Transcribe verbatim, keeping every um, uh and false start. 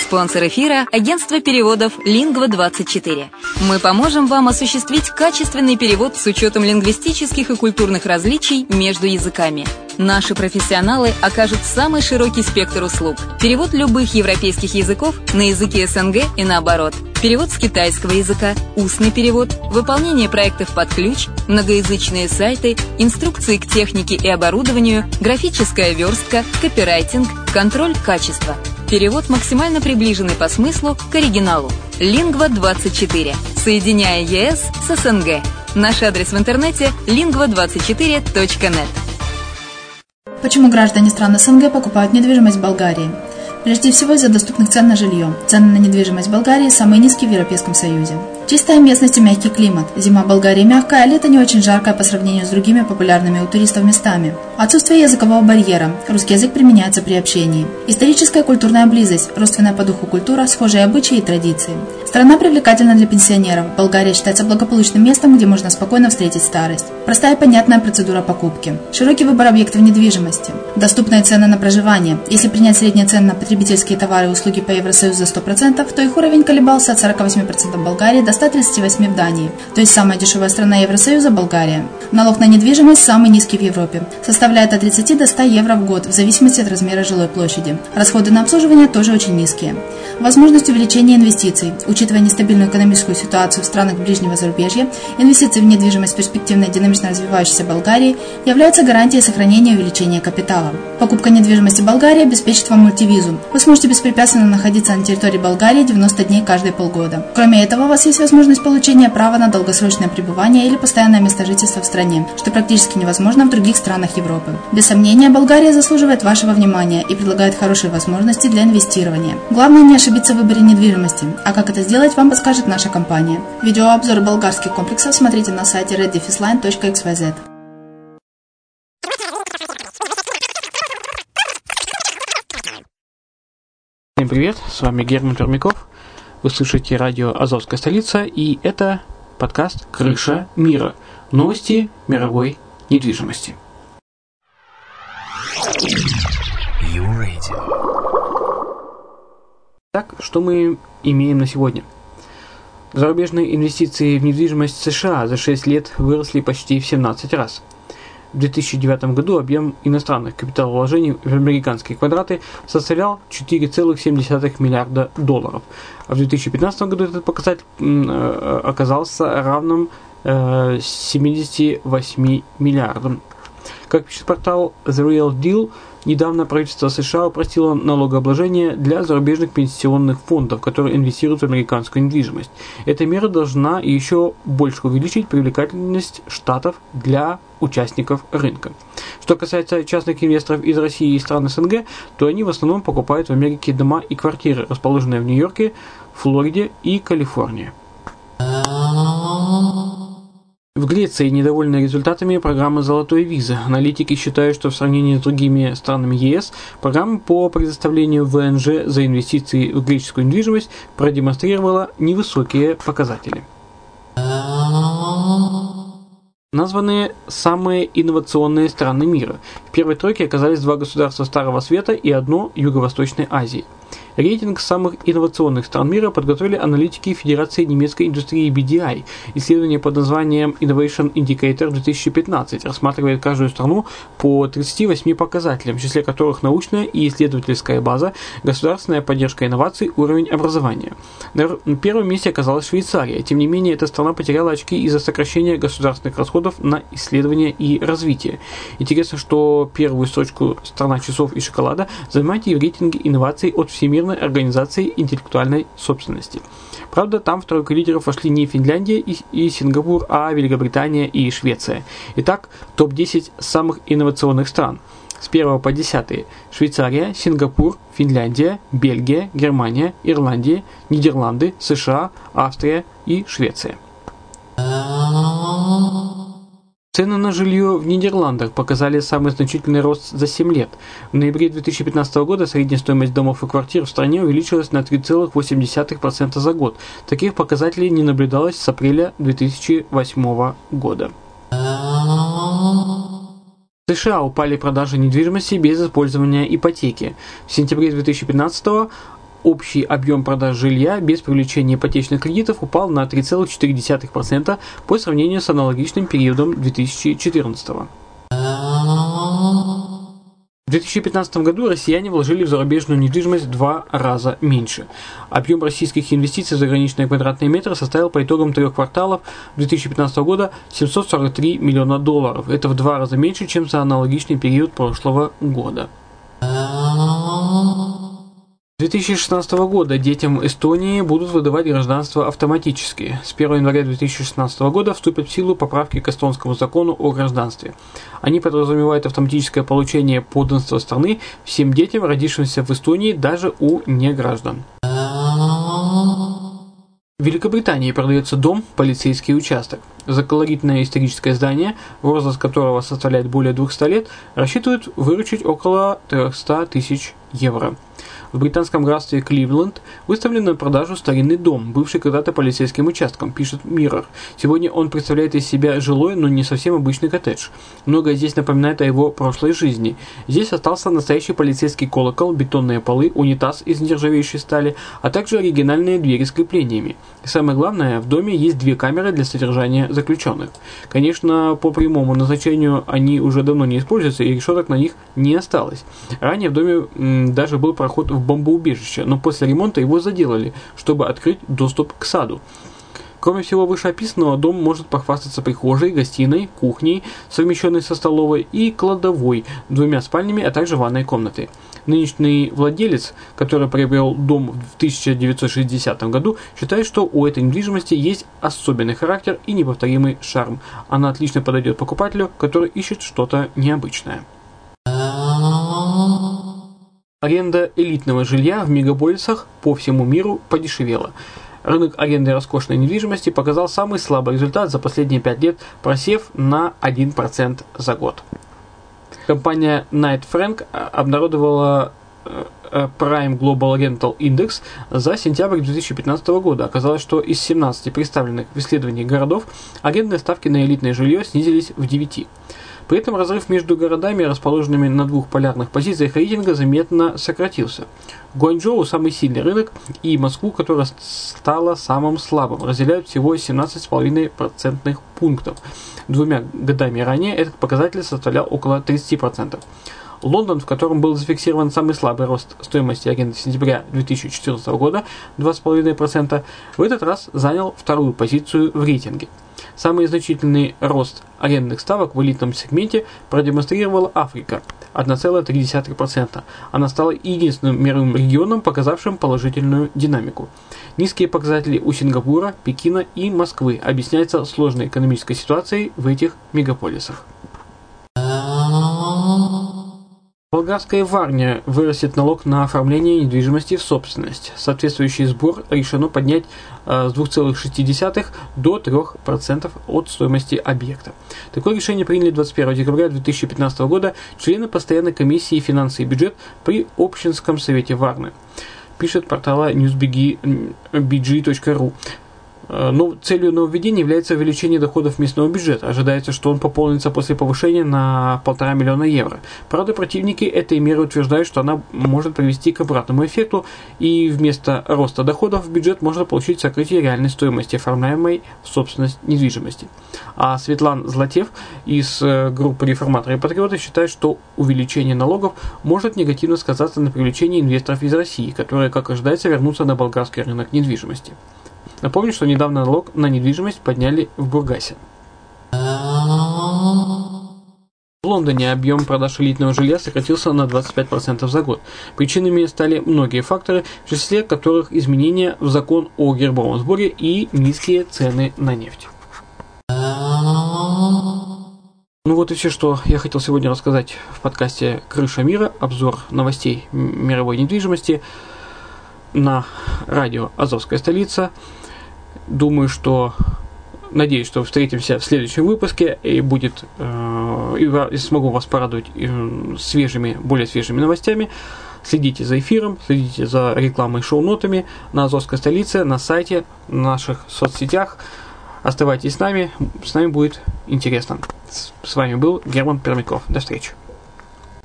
Спонсор эфира – агентство переводов Lingva двадцать четыре. Мы поможем вам осуществить качественный перевод с учетом лингвистических и культурных различий между языками. Наши профессионалы окажут самый широкий спектр услуг. Перевод любых европейских языков на языки СНГ и наоборот. Перевод с китайского языка, устный перевод, выполнение проектов под ключ, многоязычные сайты, инструкции к технике и оборудованию, графическая верстка, копирайтинг, контроль качества. Перевод максимально приближенный по смыслу к оригиналу. Lingva двадцать четыре. Соединяя ЕС с СНГ. Наш адрес в интернете lingva двадцать четыре точка нет. Почему граждане стран СНГ покупают недвижимость в Болгарии? Прежде всего из-за доступных цен на жилье. Цены на недвижимость в Болгарии самые низкие в Европейском Союзе. Чистая местность и мягкий климат. Зима в Болгарии мягкая, а лето не очень жаркое по сравнению с другими популярными у туристов местами. Отсутствие языкового барьера. Русский язык применяется при общении. Историческая и культурная близость. Родственная по духу культура, схожие обычаи и традиции. Страна привлекательна для пенсионеров. Болгария считается благополучным местом, где можно спокойно встретить старость. Простая и понятная процедура покупки. Широкий выбор объектов недвижимости. Доступные цены на проживание. Если принять средние цены на потребительские товары и услуги по Евросоюзу за сто процентов, то их уровень колебался от сорок восемь процентов в Болгарии до ста тридцати восьми процентов в Дании. То есть самая дешевая страна Евросоюза – Болгария. Налог на недвижимость самый низкий в Европе. Составляет от тридцати до ста евро в год, в зависимости от размера жилой площади. Расходы на обслуживание тоже очень низкие. Возможность увеличения инвестиций. Учитывая нестабильную экономическую ситуацию в странах ближнего зарубежья, инвестиции в недвижимость в перспективной динамично развивающейся Болгарии являются гарантией сохранения и увеличения капитала. Покупка недвижимости в Болгарии обеспечит вам мультивизу. Вы сможете беспрепятственно находиться на территории Болгарии девяносто дней каждые полгода. Кроме этого, у вас есть возможность получения права на долгосрочное пребывание или постоянное место жительства в стране, что практически невозможно в других странах Европы. Без сомнения, Болгария заслуживает вашего внимания и предлагает хорошие возможности для инвестирования. Главное не ошибиться в выборе недвижимости, а как это сделать, вам подскажет наша компания. Видеообзор болгарских комплексов смотрите на сайте red dash line точка икс вай зет. Всем привет, с вами Герман Пермяков. Вы слышите радио «Азовская столица», и это подкаст «Крыша мира». Новости мировой недвижимости. Так, что мы имеем на сегодня? Зарубежные инвестиции в недвижимость США за шесть лет выросли почти в семнадцать раз. В две тысячи девятом году объем иностранных капиталовложений в американские квадраты составлял четыре целых семь десятых миллиарда долларов, а в две тысячи пятнадцатом году этот показатель оказался равным семидесяти восьми миллиардам. Как пишет портал The Real Deal, недавно правительство США упростило налогообложение для зарубежных пенсионных фондов, которые инвестируют в американскую недвижимость. Эта мера должна еще больше увеличить привлекательность штатов для участников рынка. Что касается частных инвесторов из России и стран СНГ, то они в основном покупают в Америке дома и квартиры, расположенные в Нью-Йорке, Флориде и Калифорнии. В Греции недовольны результатами программы «Золотой визы». Аналитики считают, что в сравнении с другими странами ЕС программа по предоставлению ВНЖ за инвестиции в греческую недвижимость продемонстрировала невысокие показатели. Названы самые инновационные страны мира. В первой тройке оказались два государства Старого Света и одно Юго-Восточной Азии. Рейтинг самых инновационных стран мира подготовили аналитики Федерации немецкой индустрии би ди ай. Исследование под названием Innovation Indicator две тысячи пятнадцать рассматривает каждую страну по тридцати восьми показателям, в числе которых научная и исследовательская база, государственная поддержка инноваций, уровень образования. На первом месте оказалась Швейцария. Тем не менее, эта страна потеряла очки из-за сокращения государственных расходов на исследование и развитие. Интересно, что первую строчку «Страна часов и шоколада» занимает в рейтинге инноваций от Всемирной организации интеллектуальной собственности. Правда, там в тройку лидеров вошли не Финляндия и, и Сингапур, а Великобритания и Швеция. Итак, топ десять самых инновационных стран. С первого по десятый. Швейцария, Сингапур, Финляндия, Бельгия, Германия, Ирландия, Нидерланды, США, Австрия и Швеция. Цены на жилье в Нидерландах показали самый значительный рост за семь лет. В ноябре две тысячи пятнадцатого года средняя стоимость домов и квартир в стране увеличилась на три целых восемь десятых процента за год. Таких показателей не наблюдалось с апреля две тысячи восьмого года. В США упали продажи недвижимости без использования ипотеки. В сентябре две тысячи пятнадцатого общий объем продаж жилья без привлечения ипотечных кредитов упал на три целых четыре десятых процента по сравнению с аналогичным периодом две тысячи четырнадцатого. В две тысячи пятнадцатом году россияне вложили в зарубежную недвижимость в два раза меньше. Объем российских инвестиций в заграничные квадратные метры составил по итогам трех кварталов две тысячи пятнадцатого года семьсот сорок три миллиона долларов. Это в два раза меньше, чем за аналогичный период прошлого года. С две тысячи шестнадцатого года детям Эстонии будут выдавать гражданство автоматически. С первого января две тысячи шестнадцатого года вступят в силу поправки к эстонскому закону о гражданстве. Они подразумевают автоматическое получение подданства страны всем детям, родившимся в Эстонии, даже у неграждан. В Великобритании продается дом «Полицейский участок». За колоритное историческое здание, возраст которого составляет более двухсот лет, рассчитывают выручить около трехсот тысяч евро. В британском графстве Кливленд выставлен на продажу старинный дом, бывший когда-то полицейским участком, пишет Mirror. Сегодня он представляет из себя жилой, но не совсем обычный коттедж. Многое здесь напоминает о его прошлой жизни. Здесь остался настоящий полицейский колокол, бетонные полы, унитаз из нержавеющей стали, а также оригинальные двери с креплениями. И самое главное, в доме есть две камеры для содержания заключенных. Конечно, по прямому назначению они уже давно не используются, и решеток на них не осталось. Ранее в доме м, даже был проход в бомбоубежище, но после ремонта его заделали, чтобы открыть доступ к саду. Кроме всего вышеописанного, дом может похвастаться прихожей, гостиной, кухней, совмещенной со столовой, и кладовой, двумя спальнями, а также ванной комнатой. Нынешний владелец, который приобрел дом в тысяча девятьсот шестидесятом году, считает, что у этой недвижимости есть особенный характер и неповторимый шарм. Она отлично подойдет покупателю, который ищет что-то необычное. Аренда элитного жилья в мегаполисах по всему миру подешевела. Рынок аренды роскошной недвижимости показал самый слабый результат за последние пять лет, просев на один процент за год. Компания Knight Frank обнародовала Prime Global Rental Index за сентябрь две тысячи пятнадцатого года. Оказалось, что из семнадцати представленных в исследовании городов арендные ставки на элитное жилье снизились в девяти. При этом разрыв между городами, расположенными на двух полярных позициях рейтинга, заметно сократился. Гуанчжоу – самый сильный рынок, и Москву, которая стала самым слабым, разделяют всего семнадцать целых пять десятых процентных пунктов. Двумя годами ранее этот показатель составлял около тридцати процентов. Лондон, в котором был зафиксирован самый слабый рост стоимости аренды с сентября две тысячи четырнадцатого года, два целых пять десятых процента, в этот раз занял вторую позицию в рейтинге. Самый значительный рост арендных ставок в элитном сегменте продемонстрировала Африка – одна целая три десятых процента. Она стала единственным мировым регионом, показавшим положительную динамику. Низкие показатели у Сингапура, Пекина и Москвы объясняются сложной экономической ситуацией в этих мегаполисах. В болгарской Варне вырастет налог на оформление недвижимости в собственность. Соответствующий сбор решено поднять э, с двух целых шести десятых до трёх процентов от стоимости объекта. Такое решение приняли двадцать первого декабря две тысячи пятнадцатого года члены постоянной комиссии «Финансы и бюджет» при Общинском совете Варны, пишет портала ньюсбиджи точка ру. Но целью нововведения является увеличение доходов местного бюджета. Ожидается, что он пополнится после повышения на полтора миллиона евро. Правда, противники этой меры утверждают, что она может привести к обратному эффекту, и вместо роста доходов в бюджет можно получить сокрытие реальной стоимости оформляемой в собственность недвижимости. А Светлан Златев из группы «Реформаторы и патриоты» считает, что увеличение налогов может негативно сказаться на привлечении инвесторов из России, которые, как ожидается, вернутся на болгарский рынок недвижимости. Напомню, что недавно налог на недвижимость подняли в Бургасе. В Лондоне объем продаж элитного жилья сократился на двадцать пять процентов за год. Причинами стали многие факторы, в числе которых изменения в закон о гербовом сборе и низкие цены на нефть. Ну вот и все, что я хотел сегодня рассказать в подкасте «Крыша мира», обзор новостей мировой недвижимости на радио «Азовская столица». Думаю, что, надеюсь, что встретимся в следующем выпуске и будет, э, и смогу вас порадовать э, свежими, более свежими новостями. Следите за эфиром, следите за рекламой и шоу-нотами на Азовской столице, на сайте, в наших соцсетях. Оставайтесь с нами, с нами будет интересно. С вами был Герман Пермяков. До встречи.